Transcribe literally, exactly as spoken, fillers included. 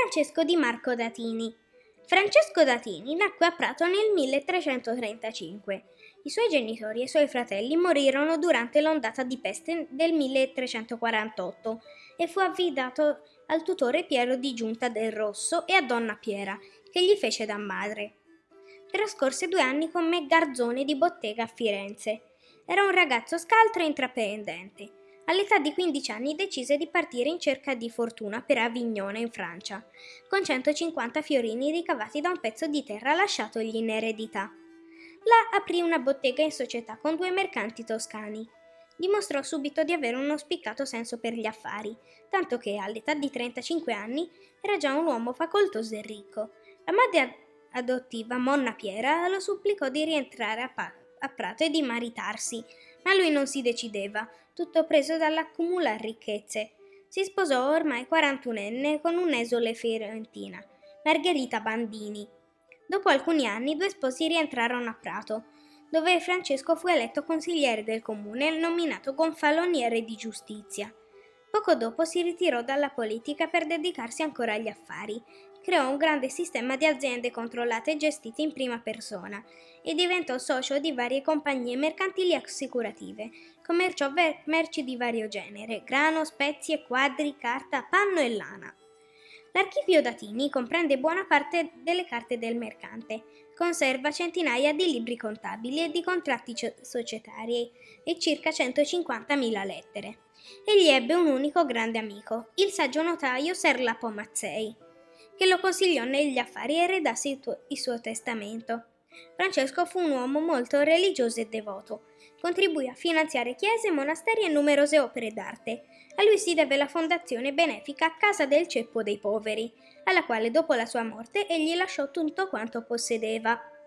Francesco di Marco d'Atini. Francesco d'Atini nacque a Prato nel milletrecentotrentacinque. I suoi genitori e i suoi fratelli morirono durante l'ondata di peste del milletrecentoquarantotto e fu affidato al tutore Piero di Giunta del Rosso e a donna Piera, che gli fece da madre. Trascorse due anni come garzone di bottega a Firenze. Era un ragazzo scaltro e intraprendente. All'età di quindici anni decise di partire in cerca di fortuna per Avignone in Francia, con centocinquanta fiorini ricavati da un pezzo di terra lasciatogli in eredità. Là aprì una bottega in società con due mercanti toscani. Dimostrò subito di avere uno spiccato senso per gli affari, tanto che all'età di trentacinque anni era già un uomo facoltoso e ricco. La madre adottiva, Monna Piera, lo supplicò di rientrare a, pa- a Prato e di maritarsi, ma lui non si decideva, tutto preso dall'accumular ricchezze. Si sposò ormai quarantunenne con un'esule fiorentina, Margherita Bandini. Dopo alcuni anni i due sposi rientrarono a Prato, dove Francesco fu eletto consigliere del comune e nominato gonfaloniere di giustizia. Poco dopo si ritirò dalla politica per dedicarsi ancora agli affari. Creò un grande sistema di aziende controllate e gestite in prima persona e diventò socio di varie compagnie mercantili e assicurative. Commerciò ver- merci di vario genere, grano, spezie, quadri, carta, panno e lana. L'archivio d'Atini comprende buona parte delle carte del mercante, conserva centinaia di libri contabili e di contratti societari e circa centocinquantamila lettere. Egli ebbe un unico grande amico, il saggio notaio Ser Lapo Mazzei, che lo consigliò negli affari e redasse il, tuo, il suo testamento. Francesco fu un uomo molto religioso e devoto. Contribuì a finanziare chiese, monasteri e numerose opere d'arte. A lui si deve la fondazione benefica Casa del Ceppo dei Poveri, alla quale dopo la sua morte egli lasciò tutto quanto possedeva.